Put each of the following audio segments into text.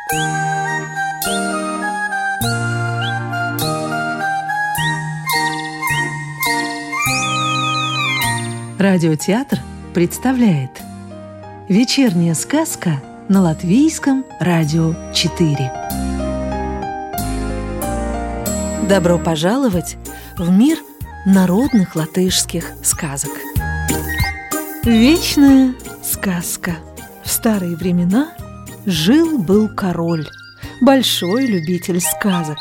Радиотеатр представляет «Вечерняя сказка» на Латвийском радио 4. Добро пожаловать в мир народных латышских сказок. Вечная сказка. В старые времена жил-был король, большой любитель сказок.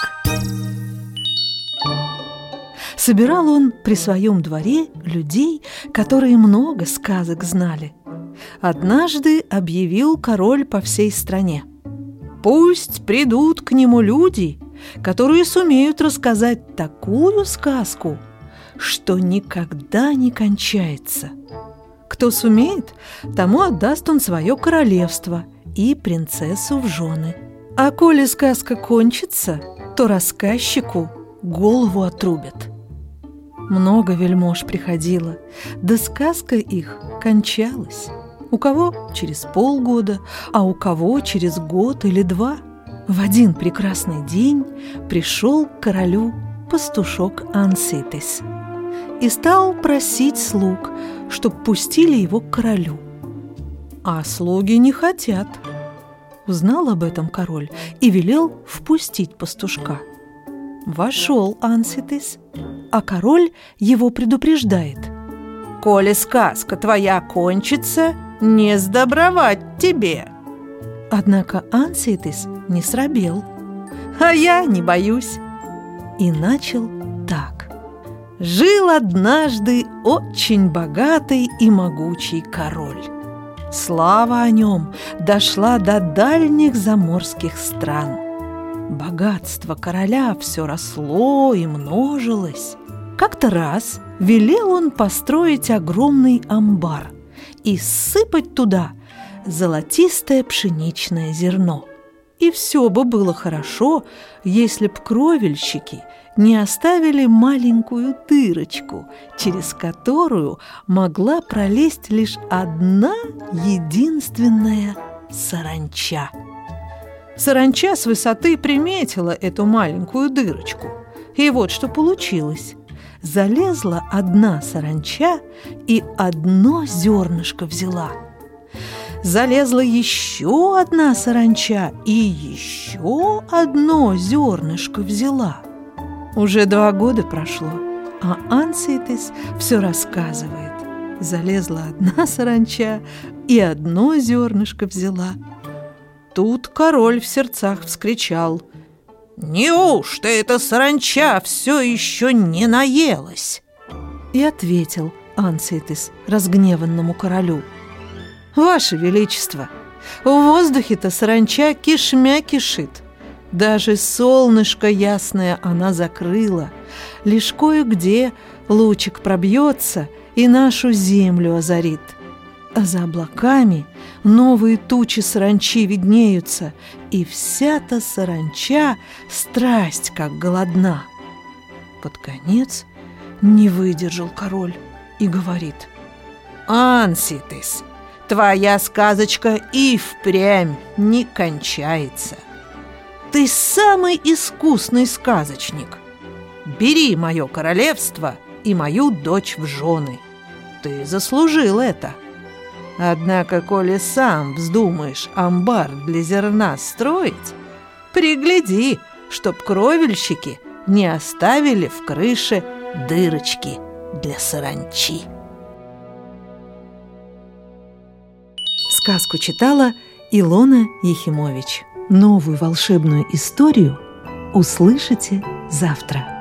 Собирал он при своем дворе людей, которые много сказок знали. Однажды объявил король по всей стране: «Пусть придут к нему люди, которые сумеют рассказать такую сказку, что никогда не кончается. Кто сумеет, тому отдаст он свое королевство и принцессу в жены. А коли сказка кончится, то рассказчику голову отрубят». Много вельмож приходило, да сказка их кончалась. У кого через полгода, а у кого через год или два. В один прекрасный день пришел к королю пастушок Анситис и стал просить слуг, чтоб пустили его к королю. А слуги не хотят. Узнал об этом король и велел впустить пастушка. Вошел Анситис, а король его предупреждает: «Коли сказка твоя кончится, не сдобровать тебе». Однако Анситис не срабел: «А я не боюсь». И начал так. Жил однажды очень богатый и могучий король. Слава о нем дошла до дальних заморских стран. Богатство короля все росло и множилось. Как-то раз велел он построить огромный амбар и сыпать туда золотистое пшеничное зерно. И все бы было хорошо, если б кровельщики не оставили маленькую дырочку, через которую могла пролезть лишь одна единственная саранча. Саранча с высоты приметила эту маленькую дырочку. И вот что получилось. Залезла одна саранча и одно зернышко взяла. Залезла еще одна саранча и еще одно зернышко взяла. Уже 2 года прошло, а Анситис все рассказывает. Залезла одна саранча и одно зернышко взяла. Тут король в сердцах вскричал: «Неужто эта саранча все еще не наелась?» И ответил Анситис разгневанному королю: «Ваше Величество, в воздухе-то саранча кишмя кишит. Даже солнышко ясное она закрыла. Лишь кое-где лучик пробьется и нашу землю озарит. А за облаками новые тучи саранчи виднеются, и вся-то саранча страсть как голодна». Под конец не выдержал король и говорит: «Анситис, твоя сказочка и впрямь не кончается. Ты самый искусный сказочник. Бери мое королевство и мою дочь в жены. Ты заслужил это. Однако, коли сам вздумаешь амбар для зерна строить, пригляди, чтоб кровельщики не оставили в крыше дырочки для саранчи». Сказку читала Илона Ехимович. Новую волшебную историю услышите завтра.